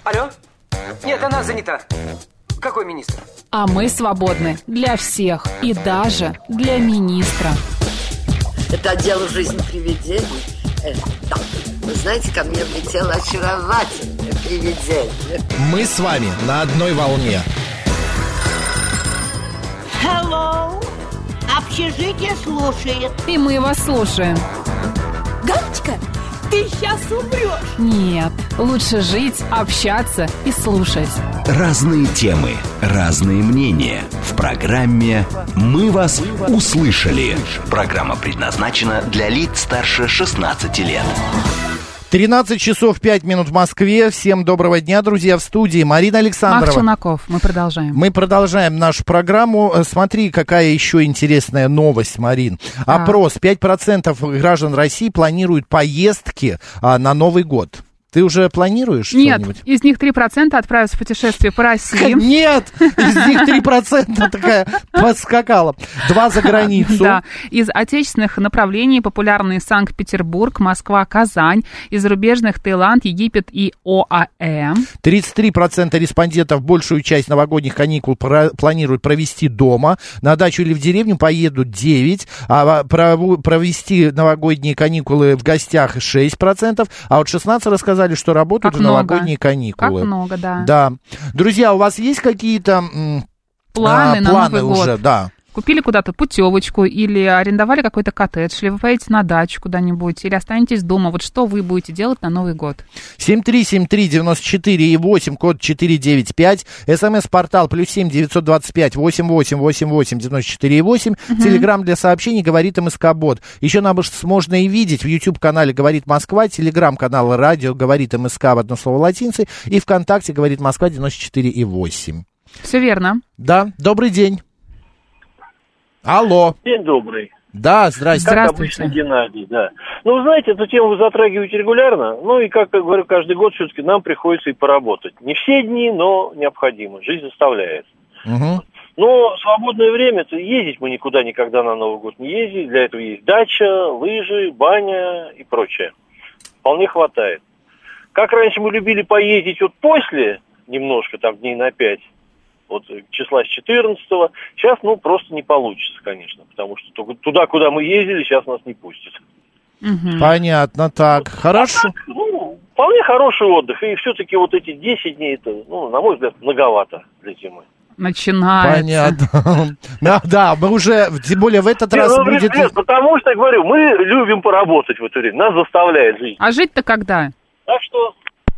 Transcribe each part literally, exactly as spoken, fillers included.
Алло? Нет, она занята. Какой министр? А мы свободны для всех и даже для министра. Это дело жизни привидений. Э, да. Вы знаете, ко мне влетело очаровательное привидение. Мы с вами на одной волне. Hello. Общежитие слушает. И мы вас слушаем. Галочка, ты сейчас умрешь. Нет, лучше жить, общаться и слушать. Разные темы, разные мнения. В программе «Мы вас услышали». Программа предназначена для лиц старше шестнадцати лет. тринадцать часов пять минут в Москве. Всем доброго дня, друзья, в студии Марина Александрова. Мах Челноков, мы продолжаем. Мы продолжаем нашу программу. Смотри, какая еще интересная новость, Марин. А. Опрос. пять процентов граждан России планируют поездки а, на Новый год. Ты уже планируешь Нет, что-нибудь? из них три процента отправятся в путешествие по России. Нет, из них три процента такая подскакала. Два за границу. Да, из отечественных направлений популярные Санкт-Петербург, Москва, Казань, из зарубежных Таиланд, Египет и ОАЭ. тридцать три процента респондентов большую часть новогодних каникул про- планируют провести дома. На дачу или в деревню поедут девять процентов, а про- провести новогодние каникулы в гостях шесть процентов, а вот шестнадцать процентов рассказали, что работают как в много. новогодние каникулы. Как много, да. Да. Друзья, у вас есть какие-то м, Планы а, на планы Новый уже? год? Да. Купили куда-то путевочку или арендовали какой-то коттедж, или вы поедете на дачу куда-нибудь, или останетесь дома. Вот что вы будете делать на Новый год? семь три семь три девять четыре и восемь, код четыре девять пять. СМС-портал плюс семь девятьсот двадцать пять восемь восемь восемь восемь девяносто четыре восемь. Угу. Телеграм для сообщений «Говорит МСК-бот». Еще нам можно и видеть в YouTube-канале «Говорит Москва», телеграм-канал «Радио Говорит МСК» в одно слово латинцы и ВКонтакте «Говорит Москва» девяносто четыре и восемь. Все верно. Да, добрый день. Алло. День добрый. Да, здрасте. Как обычно, Геннадий, да. Ну, вы знаете, эту тему вы затрагиваете регулярно. Ну, и, как я говорю, каждый год все-таки нам приходится и поработать. Не все дни, но необходимо. Жизнь заставляет. Угу. Но свободное время-то ездить мы никуда никогда на Новый год не ездили. Для этого есть дача, лыжи, баня и прочее. Вполне хватает. Как раньше мы любили поездить вот после, немножко, там, дней на пять, вот числа с четырнадцатого, сейчас, ну, просто не получится, конечно, потому что туда, куда мы ездили, сейчас нас не пустят. Угу. Понятно, так, вот, хорошо. А так, ну, вполне хороший отдых, и все-таки вот эти десять дней, это, ну, на мой взгляд, многовато для зимы. Начинается. Понятно. Да, да, мы уже, тем более в этот раз ну, будет... Нет, потому что, я говорю, мы любим поработать в это время, нас заставляет жить. А жить-то когда? Так что...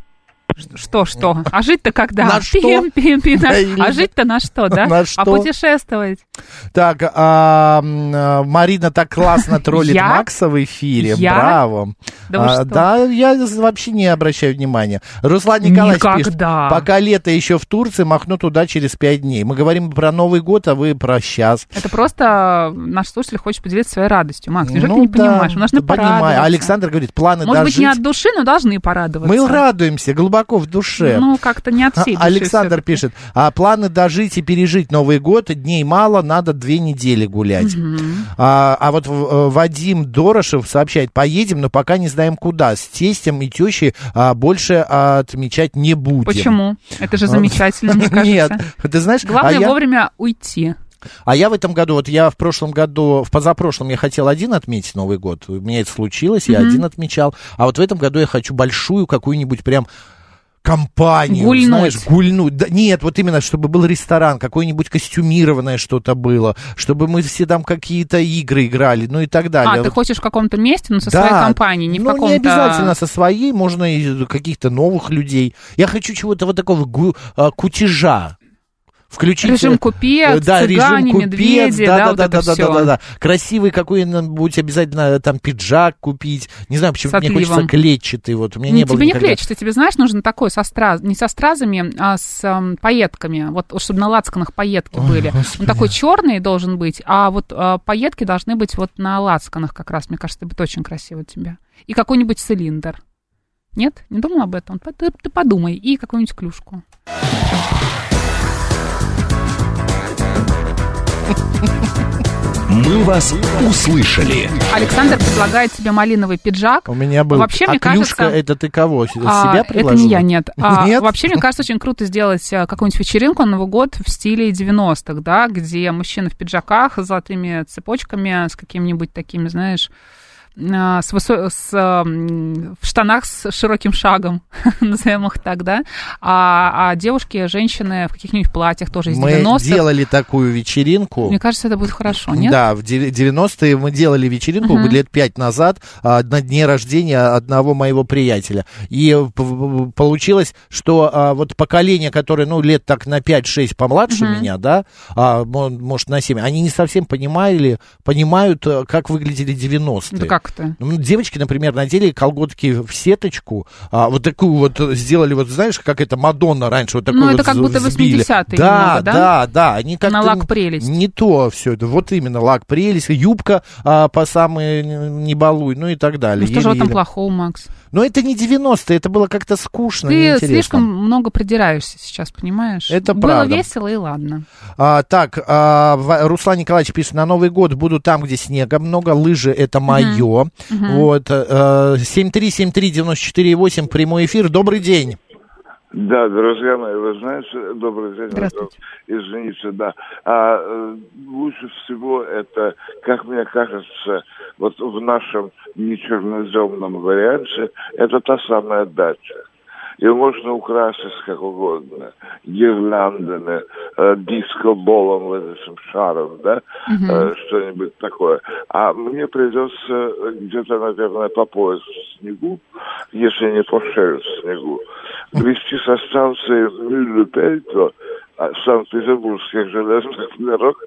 Что, что? А жить-то когда? На что? Пим, пим, пим. А жить-то на что, да? На что? А путешествовать? Так, а, Марина так классно троллит Я? Макса в эфире. Я? Браво. Да вы а, что? Да, я вообще не обращаю внимания. Руслан Николаевич пишет, Никогда. пока лето еще в Турции, махну туда через пять дней. Мы говорим про Новый год, а вы про сейчас. Это просто наш слушатель хочет поделиться своей радостью. Макс, неужели Ну ты не да, понимаешь? Мы должны понимаю. порадоваться. Александр говорит, планы Может дожить. быть, не от души, но должны порадоваться. Мы радуемся глубоко в душе. Ну, как-то не от всей А, души. Александр всё-таки. пишет, а планы дожить и пережить Новый год, дней мало, надо две недели гулять. Угу. А, а вот в- Вадим Дорошев сообщает, поедем, но пока не знаем куда. С тестем и тещей а, больше отмечать не будем. Почему? Это же замечательно, мне кажется. Нет, ты знаешь... Главное а я... вовремя уйти. А я в этом году, вот я в прошлом году, в позапрошлом я хотел один отметить Новый год. У меня это случилось, я Мгм. один отмечал. А вот в этом году я хочу большую какую-нибудь прям компанию, Гульнуть. знаешь, гульнуть. Да, нет, вот именно, чтобы был ресторан, какое-нибудь костюмированное что-то было, чтобы мы все там какие-то игры играли, ну и так далее. А, ты Вот. хочешь в каком-то месте, но со Да, своей компанией, не в ну, каком-то... не обязательно со своей, можно и каких-то новых людей. Я хочу чего-то вот такого гу- а, кутежа. Включить, Режим купец, да, цыгане, режим купец, медведи, да, да, вот да, это да, да, всё. да, да, да. Красивый какой-нибудь обязательно там пиджак купить. Не знаю, почему С мне хочется отливом. клетчатый. Вот у меня Не, не было тебе никогда. не клетчатый, тебе, знаешь, нужно такой со страз... не со стразами, а с эм, пайетками. Вот, чтобы на лацканах пайетки Ой, были. Господи. Он такой черный должен быть, а вот э, пайетки должны быть вот на лацканах как раз. Мне кажется, это будет очень красиво у тебя. И какой-нибудь цилиндр. Нет? Не думала об этом? Ты, ты подумай. И какую-нибудь клюшку. Мы вас услышали. Александр предлагает себе малиновый пиджак. У меня был. Вообще, а мне клюшка, кажется, это ты кого? Себя а, предложил? Это не я, нет. А, нет? Вообще, мне кажется, очень круто сделать какую-нибудь вечеринку на Новый год в стиле девяностых, да, где мужчины в пиджаках с золотыми цепочками, с какими-нибудь такими, знаешь, с высо... с, в штанах с широким шагом, назовем их так, да, а, а девушки, женщины в каких-нибудь платьях тоже из девяностых. Мы делали такую вечеринку. Мне кажется, это будет хорошо, нет? Да, в девяностые мы делали вечеринку uh-huh. лет пять назад на дне рождения одного моего приятеля. И получилось, что вот поколение, которое, ну, лет так на пять-шесть помладше uh-huh. меня, да, может, на семь, они не совсем понимали, понимают, как выглядели девяностые. Да как это? Девочки, например, надели колготки в сеточку, а, вот такую вот сделали, вот знаешь, как это Мадонна раньше, вот такую ну, вот это как будто восьмидесятые да, немного, да? Да, да, они как-то... На лак прелесть. Не то все это, вот именно лак прелесть, юбка а, по самой не балуй, ну и так далее. Ну что же в этом плохого, Макс? Но это не девяностые, это было как-то скучно, Ты неинтересно. слишком много придираешься сейчас, понимаешь? Это было правда. Было весело, и ладно. А, так, а, Руслан Николаевич пишет, на Новый год буду там, где снега много, лыжи это мое. Uh-huh. Uh-huh. Вот, семь три семь три девять четыре восемь, прямой эфир, добрый день. Да, друзья мои, вы знаете, добрый день. Здравствуйте. Извините, да. А, лучше всего это, как мне кажется, вот в нашем нечерноземном варианте, это та самая дача. Ее можно украсить как угодно. Гирляндами, э, диско-болом, этим шаром, да, uh-huh. э, что-нибудь такое. А мне придется где-то, наверное, по пояс в снегу, если не по шею в снегу, грести со станции Мюлле-Пельто, Санкт-Петербургских железных дорог,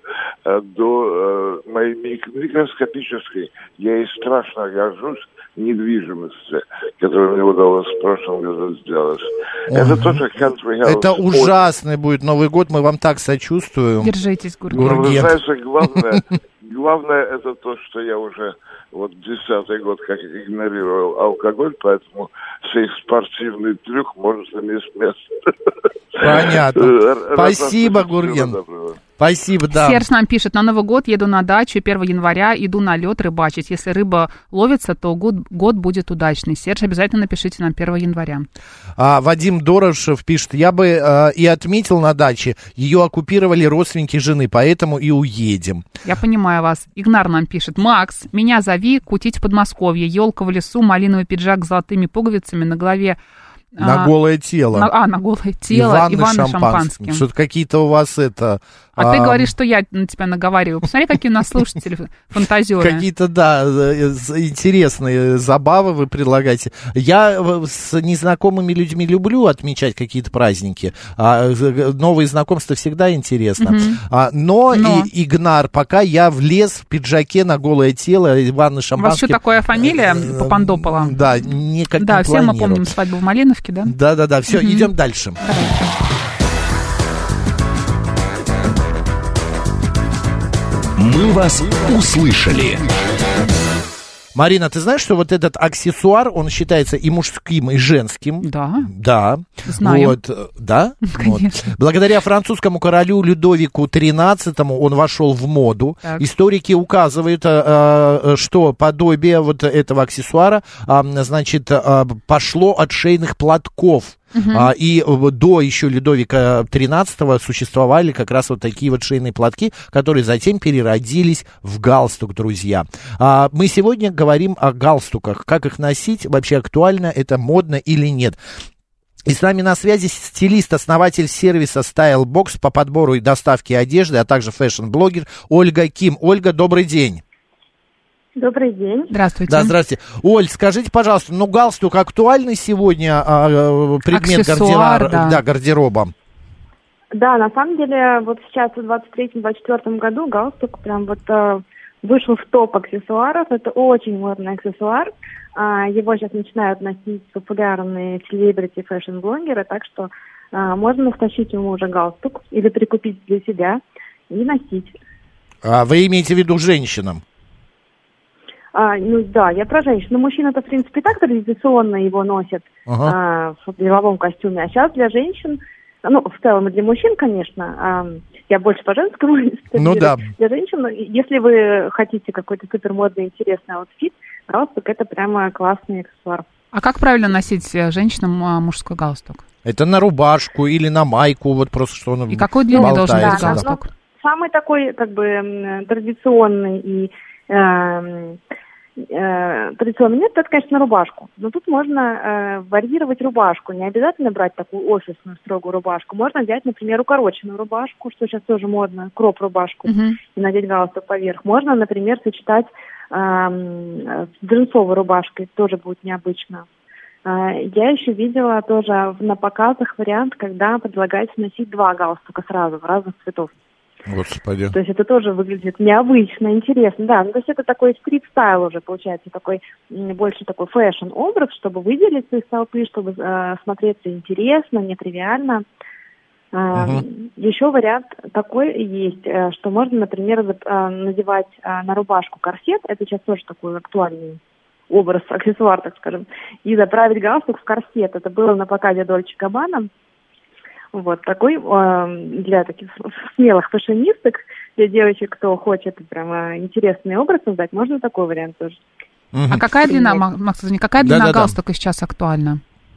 до э, моей микроскопической, я ей страшно горжусь, недвижимости, которую мне удалось в прошлом году сделать. Ой. Это тоже country house. Это ужасный будет Новый год, мы вам так сочувствуем. Держитесь, Гурген. Ну, вы знаете, главное, главное это то, что я уже вот десятый год как игнорировал алкоголь, поэтому сей спортивный трюк может иметь место. Понятно. Спасибо, Гурген. Спасибо, да. Серж нам пишет, на Новый год еду на дачу, первого января иду на лед рыбачить. Если рыба ловится, то год, год будет удачный. Серж, обязательно напишите нам первого января. А, Вадим Дорошев пишет, я бы а, и отметил на даче, ее оккупировали родственники жены, поэтому и уедем. Я понимаю вас. Игнар нам пишет, Макс, меня зови кутить в Подмосковье. Елка в лесу, малиновый пиджак с золотыми пуговицами, на голове... На а, голое тело. На, а, на голое тело. И ванны, и ванны шампанским. шампанским. Что-то какие-то у вас это... А, а ты а... говоришь, что я на тебя наговариваю. Посмотри, какие у нас слушатели фантазеры. Какие-то, да, интересные забавы вы предлагаете. Я с незнакомыми людьми люблю отмечать какие-то праздники. А новые знакомства всегда интересно. Uh-huh. А, но, но. И, Игнар, пока я влез в пиджаке на голое тело, ванны шампанским... У вас что, такая фамилия Папандопола? Да, никак да, не все мы помним свадьбу в Малиновке, да? Да-да-да, все, uh-huh. идем дальше. Давайте. Мы вас услышали. Марина, ты знаешь, что вот этот аксессуар, он считается и мужским, и женским? Да. Да. Знаю. Вот, да? Конечно. Вот. Благодаря французскому королю Людовику тринадцатому он вошел в моду. Так. Историки указывают, что подобие вот этого аксессуара, значит, пошло от шейных платков. Uh-huh. А, и до еще Людовика тринадцатого существовали как раз вот такие вот шейные платки, которые затем переродились в галстук, друзья. А, мы сегодня говорим о галстуках, как их носить, вообще актуально, это модно или нет. И с нами на связи стилист, основатель сервиса StyleBox по подбору и доставке одежды, а также фэшн-блогер Ольга Ким. Ольга, добрый день. Добрый день. Здравствуйте. Да, здравствуйте. Оль, скажите, пожалуйста, ну галстук актуальный сегодня а, предмет гардероба, да. Да, гардероба? Да, на самом деле, вот сейчас в двадцать третьем — двадцать четвёртом году галстук прям вот э, вышел в топ аксессуаров. Это очень модный аксессуар. А, его сейчас начинают носить популярные селебрити, фэшн-блогеры, так что а, можно стащить у мужа галстук или прикупить для себя и носить. А вы имеете в виду женщинам? А, ну да, я про женщин. Но мужчины-то, в принципе, так традиционно его носят ага. а, в деловом костюме. А сейчас для женщин ну, в целом и для мужчин, конечно, а, я больше по женскому. Ну да. Для женщин, если вы хотите какой-то супермодный, интересный аутфит, галстук — это прямо классный аксессуар. А как правильно носить женщинам а, мужской галстук? Это на рубашку или на майку, вот просто что он. И какой длины должен быть галстук? Да, самый такой, как бы, традиционный и э, э, традиционный нет, это, конечно, на рубашку. Но тут можно э, варьировать рубашку. Не обязательно брать такую офисную строгую рубашку. Можно взять, например, укороченную рубашку, что сейчас тоже модно, кроп-рубашку, uh-huh. и надеть галстук поверх. Можно, например, сочетать э, с джинсовой рубашкой, тоже будет необычно. Я еще видела тоже на показах вариант, когда предлагается носить два галстука сразу, разных цветов. Господи. То есть это тоже выглядит необычно, интересно. Да, ну, то есть это такой стрит-стайл уже получается, такой больше такой фэшн-образ, чтобы выделиться из толпы, чтобы э, смотреться интересно, нетривиально. Э, uh-huh. Еще вариант такой есть, э, что можно, например, э, надевать э, на рубашку корсет. Это сейчас тоже такой актуальный образ, аксессуар, так скажем, и заправить галстук в корсет. Это было на показе Дольче Габбана. Вот такой э, для таких смелых фashionисток, для девочек, кто хочет прямо интересный образ создать, можно такой вариант тоже. Uh-huh. А какая длина, Макс, какая длина да, галстука да, да. сейчас актуальна?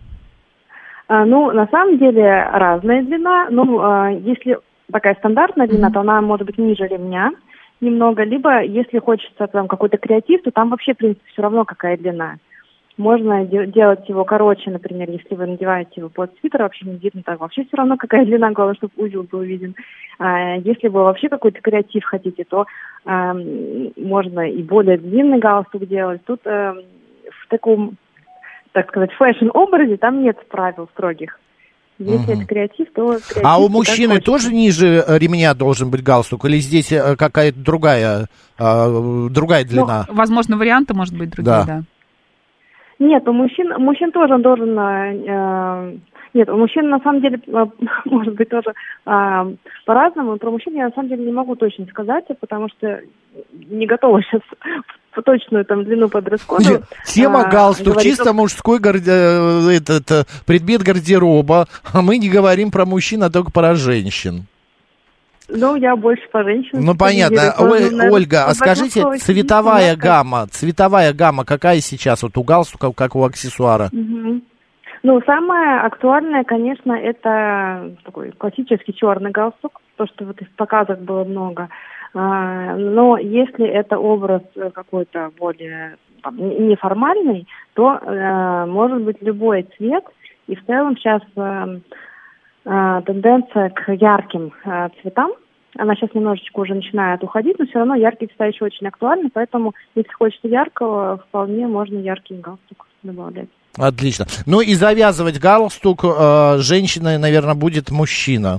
А, ну, на самом деле разная длина. Ну, а, если такая стандартная длина, uh-huh. то она может быть ниже ремня немного, либо если хочется там какой-то креатив, то там вообще, в принципе, все равно какая длина. Можно де- делать его короче, например, если вы надеваете его под свитер, вообще не видно, так вообще все равно какая длина, главное, чтобы узел был виден. А если вы вообще какой-то креатив хотите, то а, можно и более длинный галстук делать. Тут а, в таком, так сказать, фэшн-образе там нет правил строгих. Если угу. это креатив, то креатив. А у мужчины тоже ниже ремня должен быть галстук? Или здесь какая-то другая, э, другая длина? Ну, возможно, варианты, может быть, другие, да. да. Нет, у мужчин, мужчин тоже он должен... Э, нет, у мужчин, на самом деле, э, может быть, тоже э, по-разному. Про мужчин я, на самом деле, не могу точно сказать, потому что не готова сейчас по точную там длину по дресс-коду. Тема галстук, говорит, чисто что... мужской гард... этот, предмет гардероба, а мы не говорим про мужчин, а только про женщин. Ну, я больше по женщинам. Ну, понятно. О, наверное, Ольга, а скажите, цветовая гамма, цветовая гамма какая сейчас вот у галстука, как у аксессуара? Угу. Ну, самое актуальное, конечно, это такой классический черный галстук, то, что вот в показах было много. Но если это образ какой-то более там, неформальный, то э, может быть любой цвет. И в целом сейчас э, э, тенденция к ярким э, цветам. Она сейчас немножечко уже начинает уходить, но все равно яркие цвета еще очень актуальны. Поэтому, если хочется яркого, вполне можно яркий галстук добавлять. Отлично. Ну и завязывать галстук э, женщиной, наверное, будет мужчина.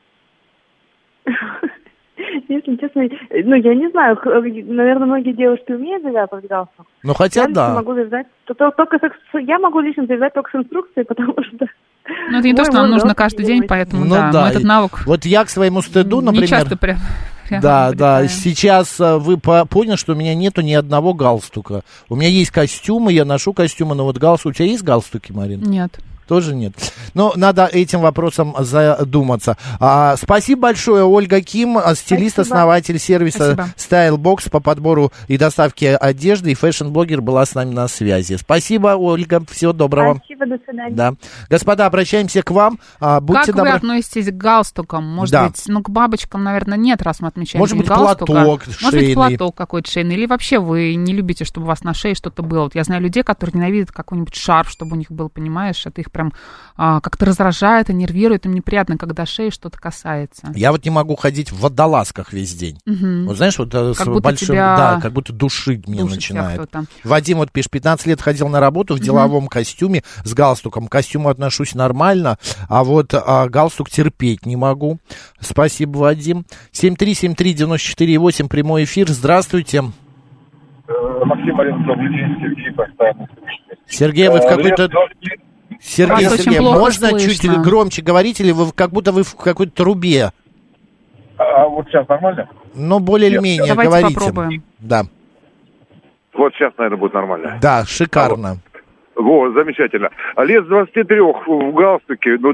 Если честно, ну, я не знаю, наверное, многие девушки умеют завязывать галстук. Ну, хотя я да. Могу завязать, то, то, только с, я могу лично завязать только с инструкцией, потому что... Ну, это не то, что нам нужно каждый день, поэтому, ну, да, да. этот навык... Вот я к своему стыду, например... Не часто прям... Да, да, сейчас вы по- поняли, что у меня нету ни одного галстука. У меня есть костюмы, я ношу костюмы, но вот галстук... У тебя есть галстуки, Марина? Нет. Тоже нет. Но надо этим вопросом задуматься. А, спасибо большое, Ольга Ким, стилист, спасибо. Основатель сервиса Stylebox по подбору и доставке одежды, и фэшн-блогер была с нами на связи. Спасибо, Ольга, всего доброго. Спасибо, до свидания. Да. Господа, обращаемся к вам. А, будьте как добры... вы относитесь к галстукам? Может да. быть, ну, к бабочкам, наверное, нет, раз мы отмечаем Может быть, галстука. платок Может шейный. быть, платок какой-то шейный. Или вообще вы не любите, чтобы у вас на шее что-то было. Вот я знаю людей, которые ненавидят какой-нибудь шарф, чтобы у них был, понимаешь, это их прям а, как-то раздражает и нервирует. Им неприятно, когда шеи что-то касается. Я вот не могу ходить в водолазках весь день. Угу. Вот знаешь, вот как с большим... Тебя... Да, как будто душить меня начинает. Вадим вот пишет, пятнадцать лет ходил на работу в угу. деловом костюме с галстуком. К костюму отношусь нормально, а вот а, галстук терпеть не могу. Спасибо, Вадим. семь три семь три девять четыре восемь, прямой эфир. Здравствуйте. Максим, Марина, добрый день, Сергей, постоянно слушатель. Сергей, вы в какой-то... Сергей, Сергей, можно слышно. Чуть громче говорить, или вы как будто вы в какой-то трубе? А вот сейчас нормально? Ну, более или менее, давайте говорите. Попробуем. Да. Вот сейчас, наверное, будет нормально. Да, шикарно. Вот, вот замечательно. Лет с двадцати трёх в галстуке, ну так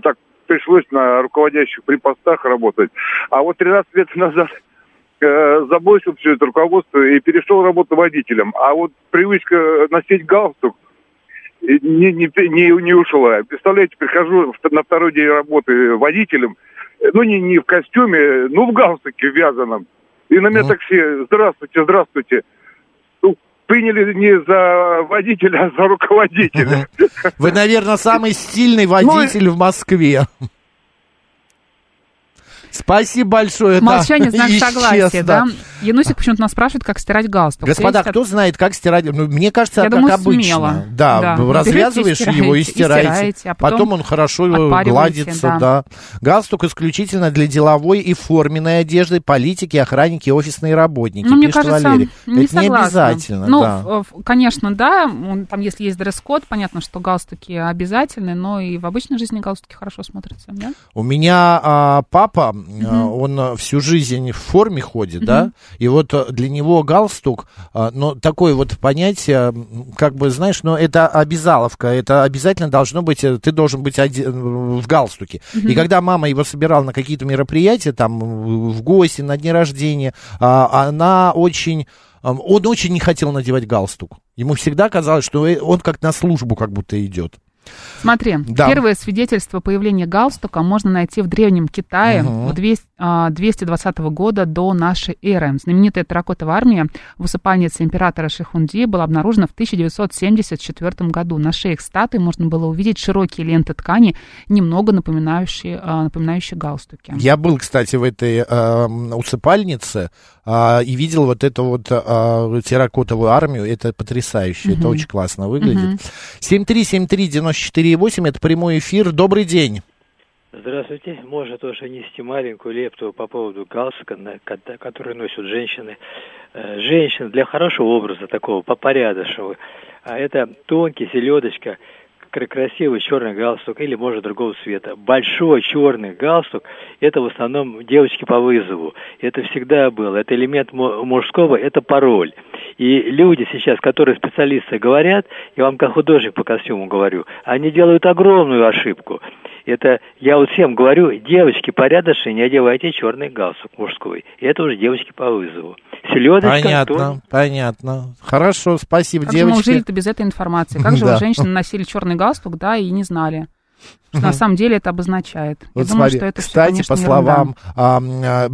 пришлось на руководящих при постах работать. А вот тринадцать лет назад э, забросил все это руководство и перешел работать водителем. А вот привычка носить галстук не, не, не, не ушла. Представляете, прихожу на второй день работы водителем, ну не, не в костюме, ну в галстуке вязаном. И на меня Ну. так все: здравствуйте, здравствуйте. Ну, приняли не за водителя, а за руководителя. Вы, наверное, самый стильный водитель в Москве. Спасибо большое. Молчание, да, знак исчез, согласия, да. да. Янусик почему-то нас спрашивает, как стирать галстук. Господа, Есть кто от- знает, как стирать? Ну, мне кажется, Я как думаю, обычно. смело. Да, Да. развязываешь Берете и его и стираете, и стираете. стираете, а потом потом он хорошо отпариваете, гладится, да. да. Галстук исключительно для деловой и форменной одежды, политики, охранники, офисные работники. Ну, мне пишет кажется, Валерий. не Это не согласна. обязательно. Ну, да. в- в- конечно, да, он- там, если есть дресс-код, понятно, что галстуки обязательны, но и в обычной жизни галстуки хорошо смотрятся, да? У меня а, папа, а, он а, всю жизнь в форме ходит, Мгм. да, и вот а, для него галстук, а, ну, такое вот понятие, м, как бы, знаешь, ну, это обязаловка, это обязательно должно быть, э, ты должен быть оде- в галстуке. Мгм. И когда мама его собирала на какие-то мероприятия, там, в гости, на дни рождения, а, она очень... ам, Он очень не хотел надевать галстук. Ему всегда казалось, что э, он как на службу как будто идет. Смотри, Да. первое свидетельство появления галстука можно найти в Древнем Китае Мгм. в двести а, двести двадцатого года до нашей эры. Знаменитая терракотовая армия в усыпальнице императора Шихунди была обнаружена в тысяча девятьсот семьдесят четвёртом году. На шеях статуи можно было увидеть широкие ленты ткани, немного напоминающие, а, напоминающие галстуки. Я был, кстати, в этой э, усыпальнице э, и видел вот эту вот э, терракотовую армию. Это потрясающе, это Мгм. очень классно выглядит. Мгм. семь три семь три девяносто четыре восемь, это прямой эфир. Добрый день. Здравствуйте. Можно тоже внести маленькую лепту по поводу галстука, на- ко- который носят женщины. Э, Женщины для хорошего образа, такого попорядочного. А это тонкий, селедочка, кра- красивый черный галстук или, может, другого цвета. Большой черный галстук – это в основном девочки по вызову. Это всегда было. Это элемент му- мужского, это пароль. И люди сейчас, которые специалисты говорят, я вам как художник по костюму говорю, они делают огромную ошибку. Это, я вот всем говорю, девочки порядочные, не одевайте черный галстук мужской. И это уже девочки по вызову. Селедочка, Понятно, тон- понятно. Хорошо, спасибо, Как же мы девочки. жили-то без этой информации? Как же Да. вот женщины носили черный галстук, да, и не знали, что на самом деле это обозначает. Я Вот думаю, смотри, что это всё, кстати, конечно, по ерунда. словам а, а,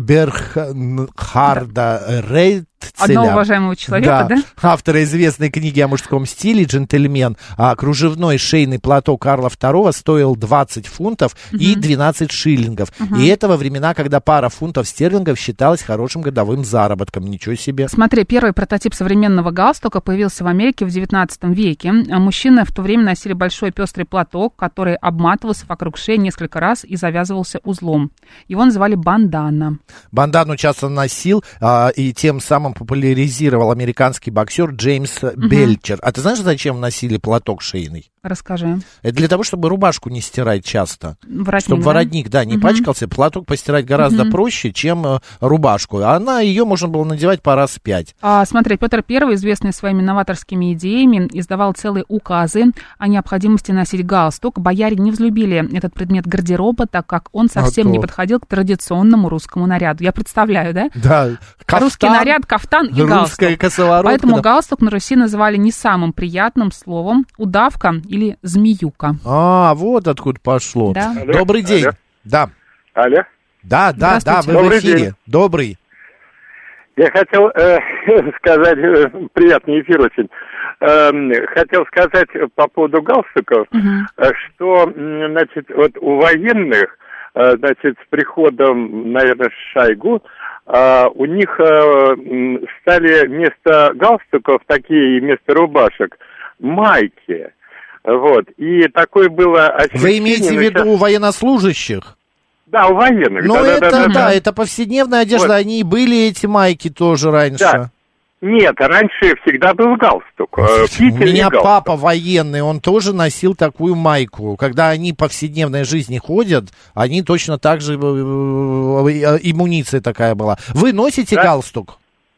Берхарда Рейтцеля, Одного уважаемого человека, да? автора известной книги о мужском стиле «Джентльмен», а, кружевной шейный платок Карла второго стоил двадцать фунтов и двенадцать шиллингов. Мгм. И это во времена, когда пара фунтов стерлингов считалась хорошим годовым заработком. Ничего себе. Смотри, первый прототип современного галстука появился в Америке в девятнадцатом веке. А Мужчины в то время носили большой пестрый платок, который обматывался вокруг шеи несколько раз и завязывался узлом. Его называли бандана. Бандану часто носил а, и тем самым популяризировал американский боксер Джеймс Бельчер. А ты знаешь, зачем носили платок шейный? Расскажи. Это для того, чтобы рубашку не стирать часто. Воротник, Чтобы да? воротник, да, не Мгм. пачкался. Платок постирать гораздо Мгм. проще, чем э, рубашку. А она, ее можно было надевать по раз пять. А, смотри, Петр Первый, известный своими новаторскими идеями, издавал целые указы о необходимости носить галстук. Бояре не взлюбили этот предмет гардероба, так как он совсем А не то. подходил к традиционному русскому наряду. Я представляю, да? Да, Русский кафтан, наряд, кафтан и галстук. русская косоворотка. Поэтому да. галстук на Руси называли не самым приятным словом удавка или змеюка. А, вот откуда пошло. Да. Алло, Добрый день. алло. Да. Алло. Да, да, да, вы Здравствуйте. в Добрый эфире. день. Добрый. Я хотел э, сказать, э, приятный эфир очень. Эм, хотел сказать по поводу галстуков, Мгм. э, что, м, значит, вот у военных, э, значит, с приходом, наверное, Шойгу, э, у них э, м, стали вместо галстуков такие, вместо рубашек, майки. Вот. И такое было ощущение... Вы имеете в ну, виду щас- у военнослужащих? Да, у военных. Ну, да, это, да, да, да, да. это повседневная одежда, Вот. они и были, эти майки тоже раньше. Да. Нет, раньше всегда был галстук. Э, У китель и меня галстук. папа военный, он тоже носил такую майку. Когда они по повседневной жизни ходят, они точно так же, э, э, иммуниция такая была. Вы носите Да. галстук?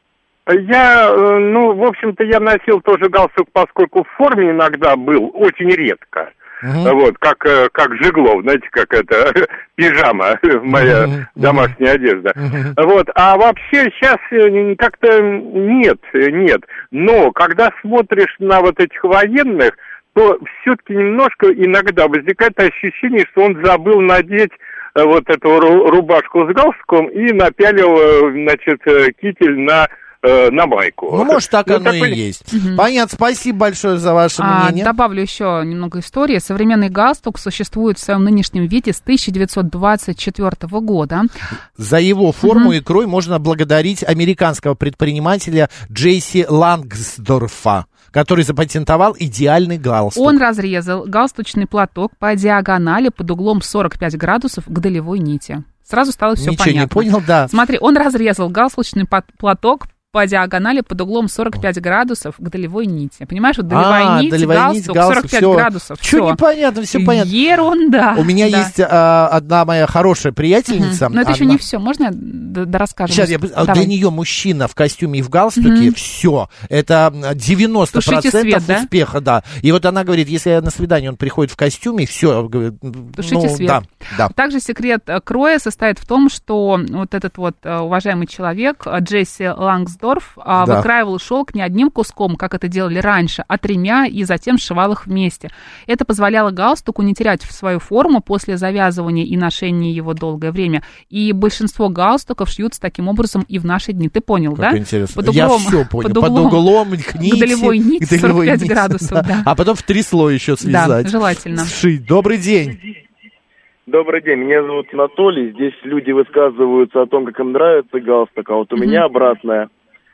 Я, э, ну, в общем-то, я носил тоже галстук, поскольку в форме иногда был, очень редко. Uh-huh. Вот, как, как Жиглов, знаете, как это, пижама, моя uh-huh. домашняя одежда. Uh-huh. Вот, а вообще сейчас как-то нет, нет. Но когда смотришь на вот этих военных, то все-таки немножко иногда возникает ощущение, что он забыл надеть вот эту рубашку с галстуком и напялил, значит, китель на, на майку. Ну, может, так ну, оно такой... и есть. Угу. Понятно, спасибо большое за ваше а, мнение. Добавлю еще немного истории. Современный галстук существует в своем нынешнем виде с тысяча девятьсот двадцать четвёртого года. За его форму угу. и крой можно благодарить американского предпринимателя Джесси Лангсдорфа, который запатентовал идеальный галстук. Он разрезал галстучный платок по диагонали под углом сорок пять градусов к долевой нити. Сразу стало все Ничего понятно. не понял, да. Смотри, он разрезал галстучный платок по диагонали под углом сорок пять градусов к долевой нити. Понимаешь, вот долевая а, нить, долевая галстук, нить, галстук, сорок пять все. градусов. Что непонятно, все понятно. Ерунда. У меня да. есть а, одна моя хорошая приятельница. Угу. Но это одна... еще не все. Можно я дорасскажу? Сейчас я... Давай. Для нее мужчина в костюме и в галстуке, угу. все. Это девяносто процентов свет, успеха, да? да. И вот она говорит, если на свидание он приходит в костюме, все. Тушите ну, свет. Да, да. Также секрет кроя состоит в том, что вот этот вот уважаемый человек, Джесси Лангсдорф, да. выкраивал шелк не одним куском, как это делали раньше, а тремя, и затем сшивал их вместе. Это позволяло галстуку не терять свою форму после завязывания и ношения его долгое время. И большинство галстуков шьются таким образом и в наши дни. Ты понял, как да? Интересно. Под углом, Я все понял. Под углом, под углом к нити. К долевой нити, к сорок пять нити, градусов. Да. Да. А потом в три слоя еще связать. Да, желательно. Сшить. Добрый день. Добрый день, меня зовут Анатолий. Здесь люди высказываются о том, как им нравится галстук, а вот у угу. меня обратное.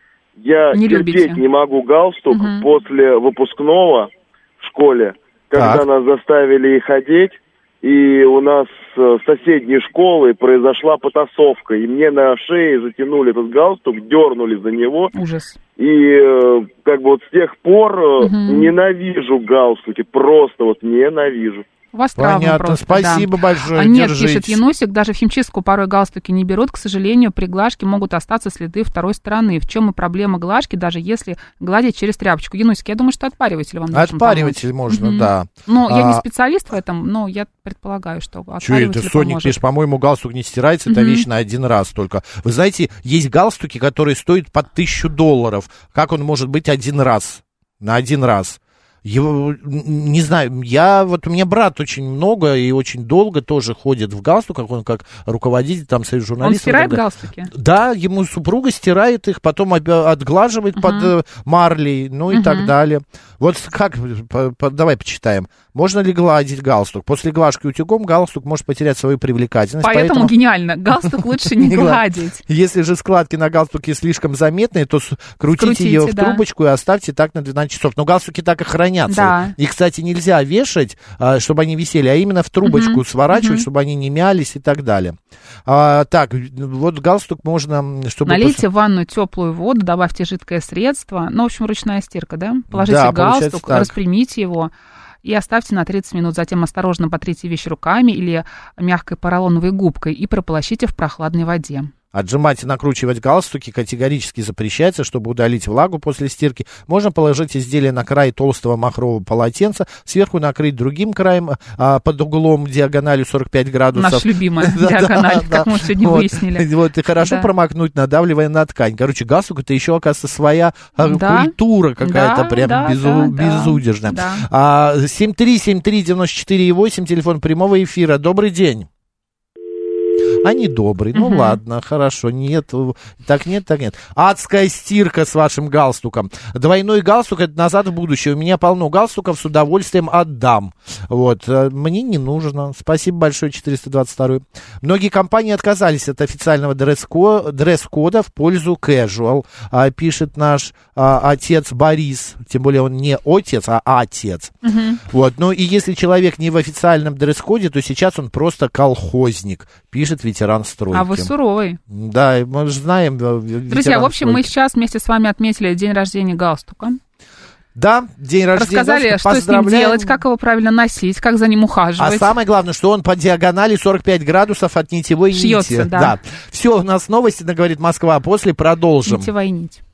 Я не терпеть любите. не могу галстук угу. после выпускного в школе, когда так. нас заставили их одеть, и у нас с соседней школы произошла потасовка, и мне на шее затянули этот галстук, дернули за него. Ужас. И как бы вот с тех пор угу. ненавижу галстуки, просто вот ненавижу. У вас травма Понятно, просто, спасибо да. большое, а Нет, держите. Пишет Янусик, даже в химчистку порой галстуки не берут. К сожалению, при глажке могут остаться следы второй стороны. В чем и проблема глажки, даже если гладить через тряпочку? Янусик, я думаю, что отпариватель вам должен Отпариватель помочь. можно, угу. да. Ну, а... я не а... специалист в этом, но я предполагаю, что отпариватель Что это, Соник поможет. пишет, по-моему, галстук не стирается, это угу. вещь на один раз только. Вы знаете, есть галстуки, которые стоят под тысячу долларов. Как он может быть один раз? На один раз. Его, не знаю, я, вот у меня брат очень много и очень долго тоже ходит в галстуках, он как руководитель, там, союз журналистов. Он стирает галстуки? Да, ему супруга стирает их, потом отглаживает uh-huh. под э, марлей, ну и uh-huh. так далее. Вот как, по, по, давай почитаем. Можно ли гладить галстук? После глажки утюгом галстук может потерять свою привлекательность. Поэтому, поэтому... гениально, галстук лучше не гладить. Если же складки на галстуке слишком заметные, то крутите ее в трубочку и оставьте так на двенадцать часов. Но галстуки так и хранятся. Да. И, кстати, нельзя вешать, чтобы они висели, а именно в трубочку uh-huh. сворачивать, uh-huh. чтобы они не мялись и так далее. А, так, вот галстук можно... чтобы Налейте после... в ванну теплую воду, добавьте жидкое средство, ну, в общем, ручная стирка, да? Положите да, галстук, распрямите его и оставьте на тридцать минут. Затем осторожно потрите вещь руками или мягкой поролоновой губкой и прополощите в прохладной воде. Отжимать и накручивать галстуки категорически запрещается, чтобы удалить влагу после стирки. Можно положить изделие на край толстого махрового полотенца, сверху накрыть другим краем а, под углом диагональю сорок пять градусов. Наша любимая диагональ, как мы сегодня выяснили. Вот, и хорошо промокнуть, надавливая на ткань. Короче, галстук — это еще, оказывается, своя культура какая-то, прям безудержная. семь три семь три девяносто четыре восемь, телефон прямого эфира. Добрый день. А не добрый, ну uh-huh. ладно, хорошо, нет, так нет, так нет. Адская стирка с вашим галстуком. Двойной галстук — это назад в будущее. У меня полно галстуков, с удовольствием отдам. Вот, мне не нужно. Спасибо большое, четыреста двадцать два. Многие компании отказались от официального дресс-кода, дресс-кода в пользу casual, а, пишет наш а, отец Борис. Тем более он не отец, а отец. Uh-huh. Вот, ну и если человек не в официальном дресс-коде, то сейчас он просто колхозник, пишет ветеран стройки. А вы суровый. Да, мы же знаем. Друзья, в общем, стройки. Мы сейчас вместе с вами отметили день рождения галстука. Да, день рождения. Рассказали, что с ним делать, как его правильно носить, как за ним ухаживать. А самое главное, что он по диагонали сорок пять градусов от нитевой Шьется, нити. Да. Да. Все, у нас новости, говорит Москва, а после продолжим. Нитевая нить.